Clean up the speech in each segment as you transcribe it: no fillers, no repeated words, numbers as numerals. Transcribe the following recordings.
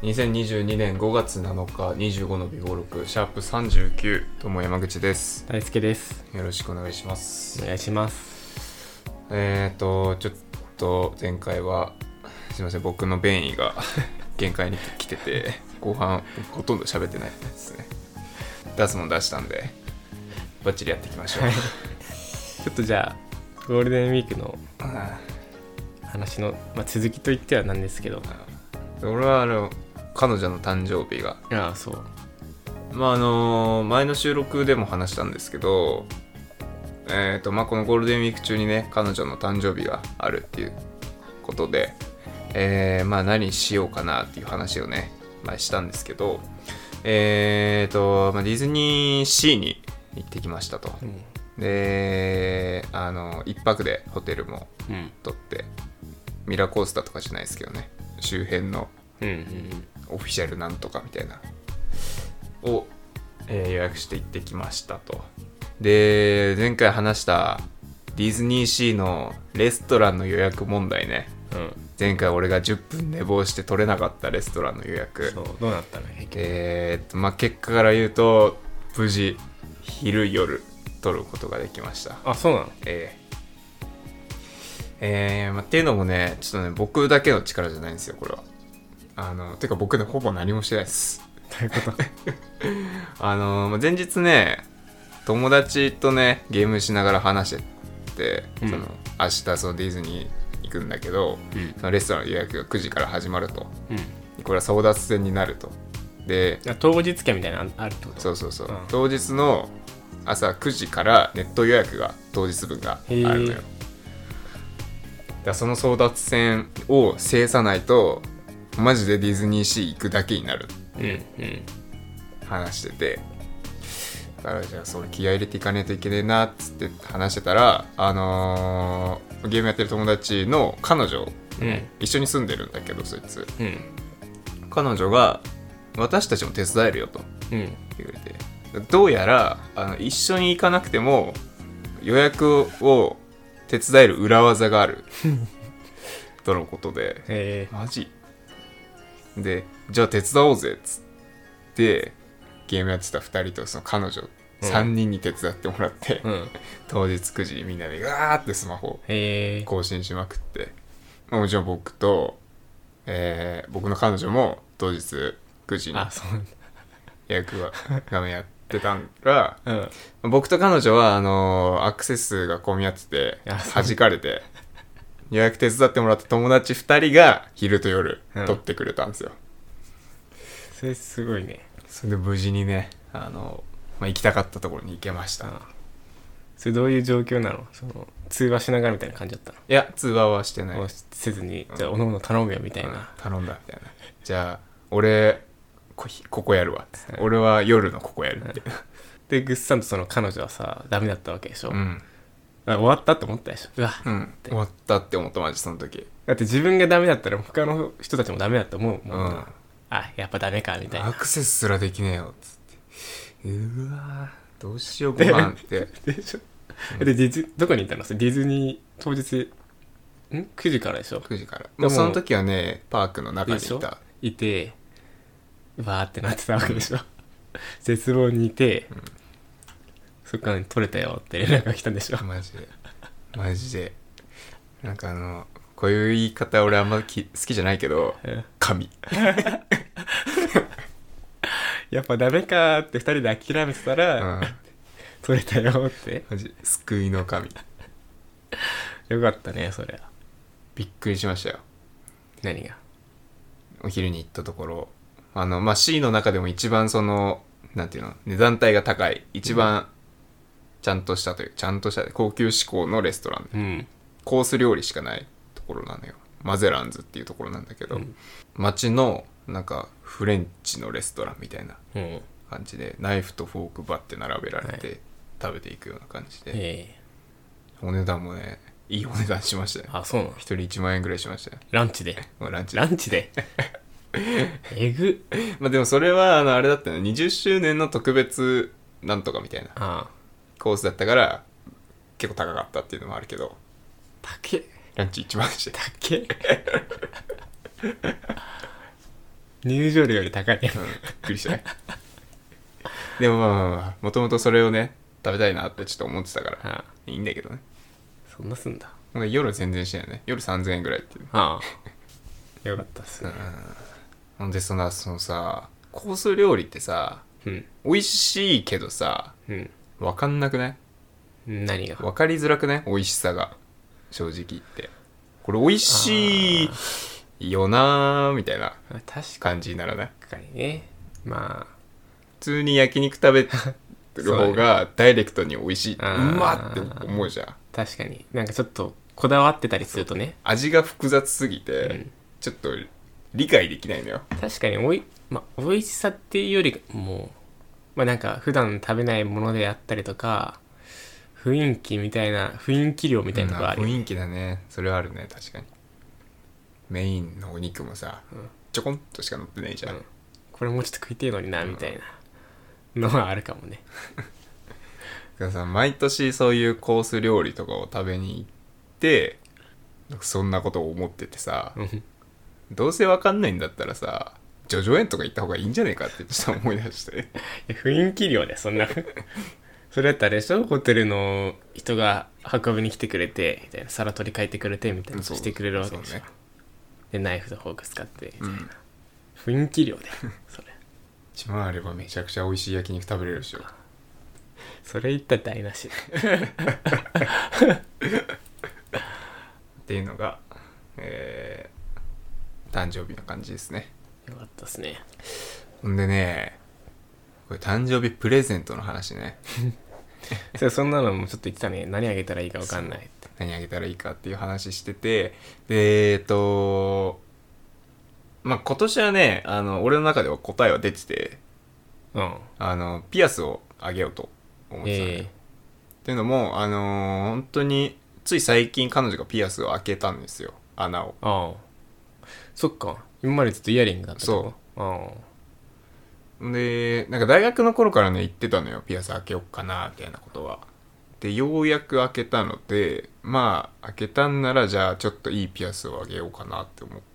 2022年5月7日25の微暴録シャープ39どうも山口です。 大輔です。 よろしくお願いします。 お願いします。 ちょっと前回はすいません、僕の便意が限界に来てて後半ほとんど喋ってないですね。出すもん出したんでバッチリやっていきましょう。 ちょっとじゃあゴールデンウィークの話の、続きといってはなんですけど、 俺は彼女の誕生日がそう前の収録でも話したんですけど、このゴールデンウィーク中にね彼女の誕生日があるっていうことで、何しようかなっていう話をね、したんですけど、ディズニーシーに行ってきましたと、で一泊でホテルも取って、ミラコースターとかじゃないですけどね、周辺のオフィシャルなんとかみたいなを、予約して行ってきましたと。で前回話したディズニーシーのレストランの予約問題ね、前回俺が10分寝坊して取れなかったレストランの予約、 そうどうなったの？ 結果から言うと無事昼夜取ることができました。 あ、そうなの？ っていうのもね、ちょっとね僕だけの力じゃないんですよこれは。てか僕ねほぼ何もしてないです。 どういうこと？ 前日ね友達とねゲームしながら話してて、明日そのディズニー行くんだけど、そのレストランの予約が9時から始まると、これは争奪戦になると。で当日券みたいなのあるってこと？ そう、当日の朝9時からネット予約が当日分があるのよ。だその争奪戦を制さないとマジでディズニーシー行くだけになる話してて、だからじゃあそれ気合い入れていかねえといけねえなっつって話してたら、ゲームやってる友達の彼女、一緒に住んでるんだけどそいつ、彼女が私たちも手伝えるよと言われて、どうやら一緒に行かなくても予約を手伝える裏技があるとのことで、マジでじゃあ手伝おうぜっつってゲームやってた2人とその彼女3人に手伝ってもらって、当日9時にみんなでガーってスマホ更新しまくって、もちろん僕と、僕の彼女も当日9時に予約は画面やってたら、僕と彼女はアクセス数が混み合ってて弾かれて予約手伝ってもらった友達2人が昼と夜取ってくれたんですよ。 それすごいね。 それで無事にね行きたかったところに行けました。 それどういう状況なの？その通話しながらみたいな感じだったの？ いや通話はしてない。 せずに、じゃあおのおの頼むよみたいな、 頼んだみたいな。じゃあ俺ここやるわって、俺は夜のここやるってでグッサンとその彼女はさダメだったわけでしょ、終わったって思ったでしょ。 終わったって思ったマジその時。 だって自分がダメだったら他の人たちもダメだと思うもんな、やっぱダメかみたいな。 アクセスすらできねえよっつって、うわどうしようご飯ってでしょ。でどこにいたの？ディズニー当日9時からでしょ。 9時からもうその時はねパークの中にいてわーってなってたわけでしょ。絶望にいて、そっから取れたよって連絡が来たんでしょ。 マジでなんかこういう言い方俺あんま好きじゃないけど、神やっぱダメかって2人で諦めてたら、取れたよって。 マジ救いの神。 よかったねそれは。 びっくりしましたよ。 何が？ お昼に行ったところC の中でも一番なんていうの値段帯が高い一番ちゃんとした高級志向のレストラン、コース料理しかないところなのよ。マゼランズっていうところなんだけど、街のなんかフレンチのレストランみたいな感じで、ナイフとフォークバッて並べられて食べていくような感じで、お値段もねいいお値段しましたよ。 あ、そうなの？ 一人1万円ぐらいしましたよ。 ランチでランチでえぐでもそれはあれだったね、20周年の特別なんとかみたいなコースだったから結構高かったっていうのもあるけど、 高っ。 ランチ1万円して高っ入場料より高いやん。 びっくりしたね。でもまあもともとそれをね食べたいなってちょっと思ってたからああ、 いいんだけどね。 そんなすんだ。 夜全然してないね。夜3000円ぐらいっていう。 ああ。よかったっすね。 ほんでそのさコース料理ってさうん。 美味しいけどさうん。 分かんなくない？ 何が？ 分かりづらくない？美味しさが正直言ってこれ美味しいよなーみたいな確か感じにならない？ にね。ま普通に焼肉食べる方がダイレクトに美味しい、うあまって思うじゃん。 あ、確かに。なんかちょっとこだわってたりするとね。 味が複雑すぎて、 うんちょっと理解できないのよ。 確かに美味しさっていうよりも、まあなんか普段食べないものであったりとか、雰囲気みたいな、雰囲気量みたいなところあるよね。 雰囲気だね。それはあるね、確かに。メインのお肉もさ、ちょこんとしか乗ってないじゃん。 これもうちょっと食いてえのにな、みたいなのはあるかもね。 だからさ、毎年そういうコース料理とかを食べに行って、そんなことを思っててさ、どうせわかんないんだったらさ、叙々苑とか行った方がいいんじゃねえかってちょっと思い出して。 雰囲気量でそんなそれやったらあれでしょ、ホテルの人が運びに来てくれてみたいな、皿取り替えてくれてみたいなしてくれるわけでしょ、 そうね。 でナイフとフォーク使ってみたいな、 うん雰囲気量でそれ 1万あればめちゃくちゃ美味しい焼肉食べれるでしょ。 それ言ったら台無しっていうのが、誕生日の感じですね。 よかったっすね。 ほんでね、これ誕生日プレゼントの話ね。 そんなのもちょっと言ってたね。何あげたらいいか分かんないって。 何あげたらいいかっていう話してて、でまあ今年はね、俺の中では答えは出てて、 うんピアスをあげようと思ってたんだよ。っていうのも本当につい最近彼女がピアスを開けたんですよ、穴を。 ああ、そっか。今までずっとイヤリングだったけど。 でなんか大学の頃からね言ってたのよ、ピアス開けようかなみたいなことは。でようやく開けたので、まあ開けたんならじゃあちょっといいピアスをあげようかなって思って、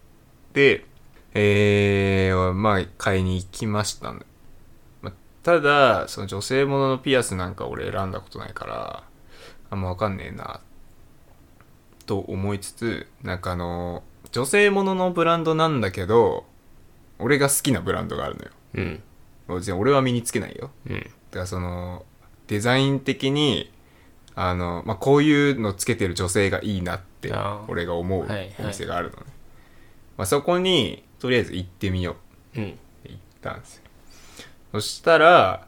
まあ買いに行きましたね。ただその女性もののピアスなんか俺選んだことないからあんま分かんねえなと思いつつ、なんか女性もののブランドなんだけど俺が好きなブランドがあるのよ。 うん。 別に俺は身につけないよ。 うん。 だからそのデザイン的にまあ、こういうのつけてる女性がいいなって俺が思うお店があるのね。まあ、そこにとりあえず行ってみようって言ったんですよ。そしたら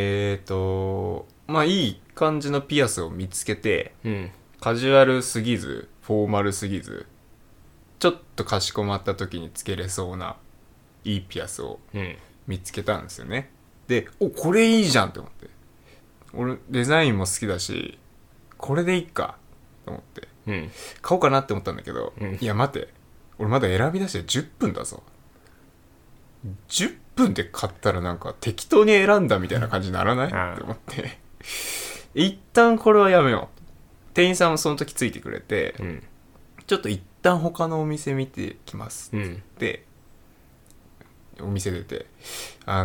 まあいい感じのピアスを見つけて、カジュアルすぎずフォーマルすぎずちょっとかしこまった時につけれそうないいピアスを見つけたんですよね。で、これいいじゃんって思って、俺デザインも好きだしこれでいいかと思って買おうかなって思ったんだけど、いや待て、俺まだ選び出して10分だぞ。10分で買ったらなんか適当に選んだみたいな感じにならないって思って一旦これはやめよう。店員さんもその時ついてくれて、ちょっと一旦他のお店見てきますってお店出て他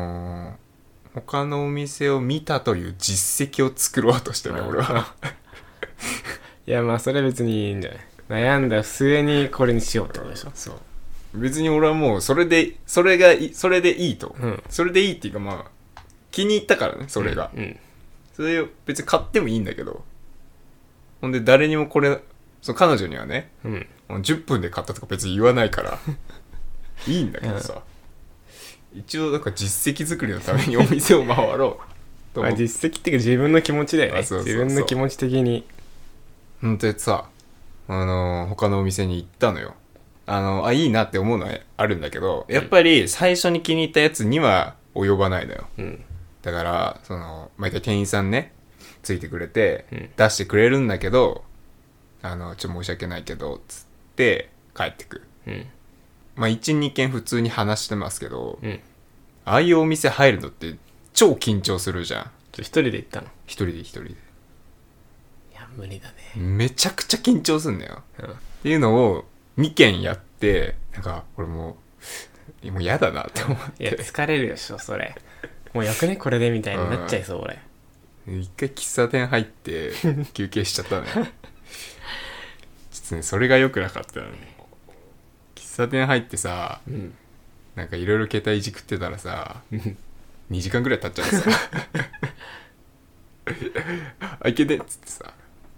のお店を見たという実績を作ろうとしてね、俺はいや、まあそれ別にいいんじゃない。悩んだ末にこれにしようってことでしょ。 そう、別に俺はもうそれでいいと、それでいいっていうか、まあ気に入ったからね、それが、それを別に買ってもいいんだけど、ほんで誰にもこれ、その彼女にはね、10分で買ったとか別に言わないからいいんだけどさ、一応なんか実績作りのためにお店を回ろうと思って。 実績っていうか自分の気持ちだよね。 そう自分の気持ち的に。 ほんとさ、他のお店に行ったのよ。いいなって思うのはあるんだけど、やっぱり最初に気に入ったやつには及ばないのよ。だから毎回店員さんねついてくれて、出してくれるんだけど、ちょっと申し訳ないけどつって帰ってくる。まあ 1,2 件普通に話してますけど、ああいうお店入るのって超緊張するじゃん。 一人で行ったの？ 一人で。いや無理だね。 めちゃくちゃ緊張すんだよ、っていうのを2件やって、なんか俺ももう嫌だなって思っいやて疲れるでしょそれ。もうよくねこれでみたいになっちゃいそう俺。 一回喫茶店入って休憩しちゃったのよちょっとねそれが良くなかったのね。喫茶店入ってさ、なんかいろいろ携帯いじくってたらさ2時間ぐらい経っちゃうんですよあいけねっつってさ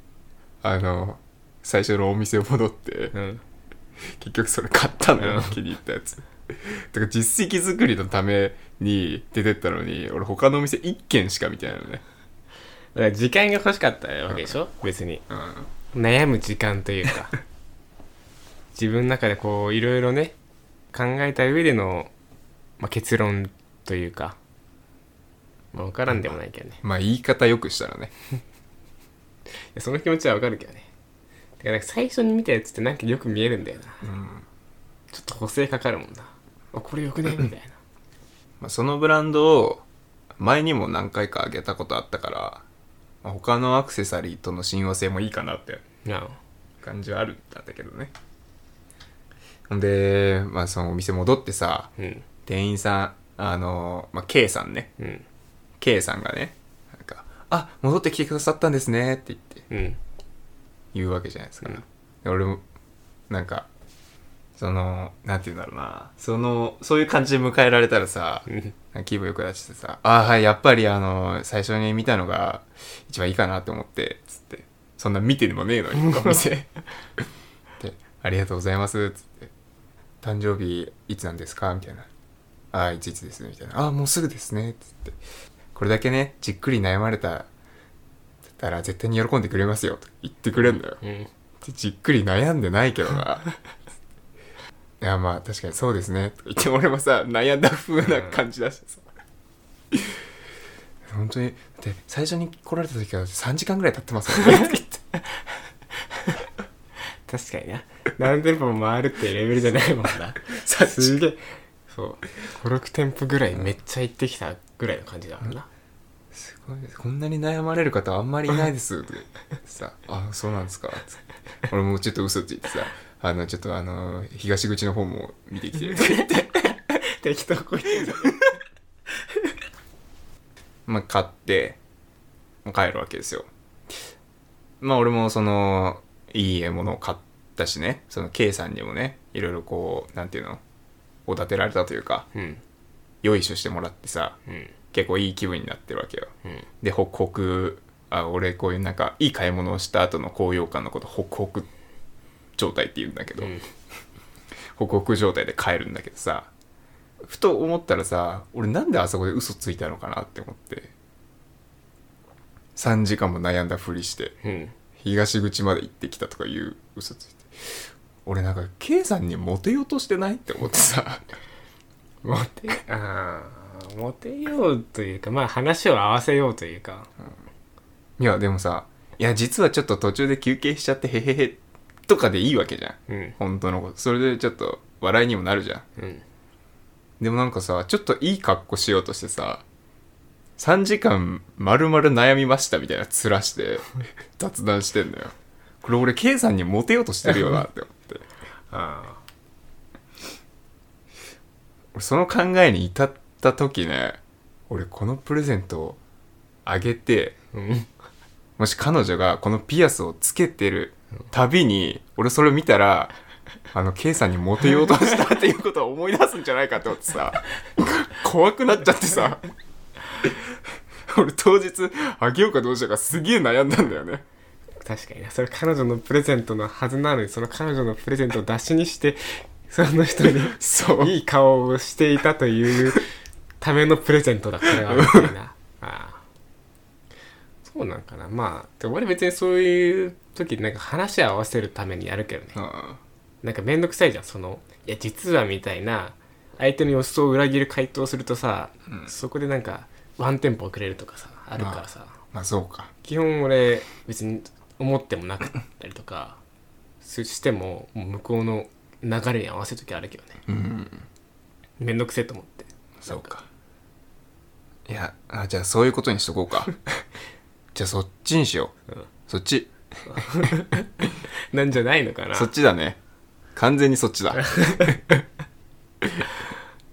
最初のお店を戻って、結局それ買ったのよ、気に入ったやつだから実績作りのために出てったのに俺他のお店1軒しか見てないのね。 だから時間が欲しかったわけでしょ、別に、悩む時間というか自分の中でこういろいろね考えた上での、結論というか、分からんでもないけどね。 言い方よくしたらねいやその気持ちは分かるけどね。だから最初に見たやつってなんかよく見えるんだよな、ちょっと補正かかるもんな。これよくねみたいなそのブランドを前にも何回かあげたことあったから、他のアクセサリーとの親和性もいいかなって感じはあるんだけどね。ほんで、そのお店戻ってさ、店員さんK さんね、K さんがねなんか戻ってきてくださったんですねって言うわけじゃないですか、で俺もなんかなんて言うんだろうな、そういう感じで迎えられたらさ気分よくなっちゃってさ、はいやっぱり最初に見たのが一番いいかなって思ってつって、そんな見てでもねえのにお店でありがとうございますつって、誕生日いつなんですかみたいな、いついつですみたいな、もうすぐですねつって、これだけねじっくり悩まれたら絶対に喜んでくれますよと言ってくれるんだよ、じっくり悩んでないけどないや確かにそうですねと言って俺もさ悩んだ風な感じだしさ、本当にで最初に来られた時から3時間ぐらい経ってますよねって言って確かにな、何店舗も回るってレベルじゃないもんなすげえ、そう56店舗ぐらいめっちゃ行ってきたぐらいの感じだもんな、 すごいです、こんなに悩まれる方あんまりいないですってさそうなんですかって俺もちょっと嘘ついてさちょっと東口の方も見てきてって言って適当こいてる買って帰るわけですよ。俺もいい獲物を買ったしね、その K さんにもねいろいろこうなんていうのおだてられたというか、よいしょしてもらってさ、結構いい気分になってるわけよ、でホクホク俺こういうなんかいい買い物をした後の高揚感のことホクホク状態って言うんだけど、ホクホク状態で帰るんだけどさ、ふと思ったらさ俺なんであそこで嘘ついたのかなって思って、3時間も悩んだふりして、東口まで行ってきたとかいう嘘ついて、俺なんか K さんにモテようとしてないって思ってさモテようというか話を合わせようというか、 いやでもさ、いや実はちょっと途中で休憩しちゃってへへへとかでいいわけじゃん、本当のことそれでちょっと笑いにもなるじゃん、でもなんかさちょっといい格好しようとしてさ3時間丸々悩みましたみたいな面して雑談してんのよ。これ俺 K さんにモテようとしてるよなって思って俺その考えに至った時ね、俺このプレゼントをあげて、もし彼女がこのピアスをつけてるたびに俺それを見たらK さんにモテようとしたっていうことを思い出すんじゃないかと思ってさ怖くなっちゃってさ俺当日あげようかどうしようかすげえ悩んだんだよね。 確かにな、それ彼女のプレゼントのはずなのに、その彼女のプレゼントを出しにしてその人にいい顔をしていたというためのプレゼントだこれはみたいなそうなんかな。でも俺別にそういう時になんか話を合わせるためにやるけどね、なんかめんどくさいじゃん、いや実はみたいな相手の予想を裏切る回答をするとさ、そこでなんかワンテンポ遅れるとかさあるからさ、 そうか、 基本俺別に思ってもなかったりとかしても向こうの流れに合わせる時あるけどね、めんどくせえと思って。 そうか、いやじゃあそういうことにしとこうかじゃあそっちにしよう、そっちなんじゃないのかな。 そっちだね、完全にそっちだ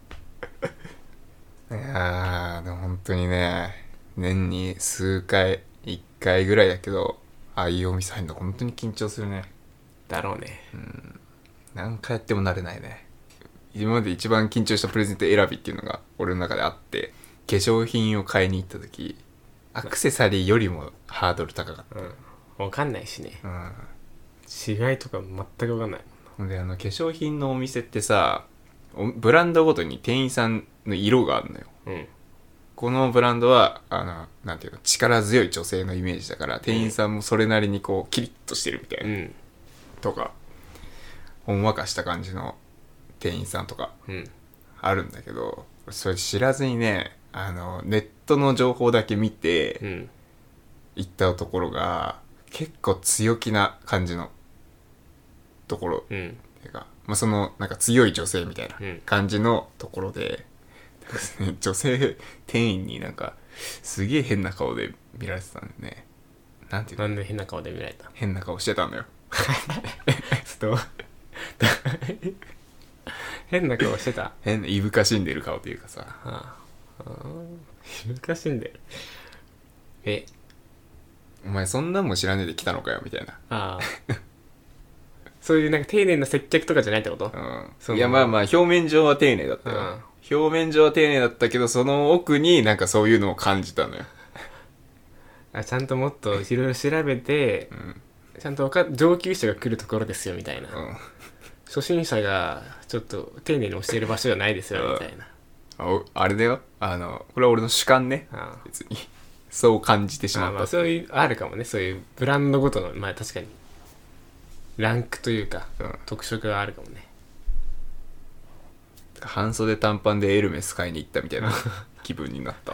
当にね、年に数回1回ぐらいだけど、ああいうお店入るの本当に緊張するね。 だろうね。 何回やっても慣れないね。今まで一番緊張したプレゼント選びっていうのが俺の中であって、化粧品を買いに行った時、アクセサリーよりもハードル高かった。 分かんないしね。 うん。 違いとか全く分かんない。 で、化粧品のお店ってさ、ブランドごとに店員さんの色があるのよ。このブランドはなんていうの、力強い女性のイメージだから、店員さんもそれなりにこうキリッとしてるみたいな、とかほんわかした感じの店員さんとかあるんだけど、それ知らずにね、ネットの情報だけ見て、行ったところが結構強気な感じのところ、っていうか、そのなんか強い女性みたいな感じのところで、女性店員になんかすげえ変な顔で見られてたんだよね。なんていうの？ なんで変な顔で見られた？ 変な顔してたんだよ。 変な顔してた。 変ないぶかしんでる顔というかさ。 いぶかしんでる。 お前そんなんも知らねえで来たのかよみたいな。 そういうなんか丁寧な接客とかじゃないってこと？ いや、まあ表面上は丁寧だったよ。表面上は丁寧だったけど、その奥になんかそういうのを感じたのよ。 ちゃんともっといろいろ調べて、ちゃんと上級者が来るところですよみたいな、初心者がちょっと丁寧に教える場所じゃないですよみたいな。 あれだよ、これは俺の主観ね。別にそう感じてしまった。 そういうあるかもね。そういうブランドごとの確かにランクというか、特色があるかもね。 半袖短パンでエルメス買いに行ったみたいな気分になった。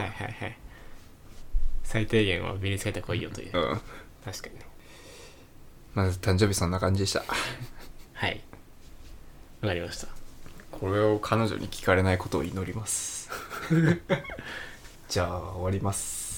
最低限は身につけてこいよという。確かにね。 まず誕生日そんな感じでした。 はい、わかりました。 これを彼女に聞かれないことを祈ります。じゃあ終わります。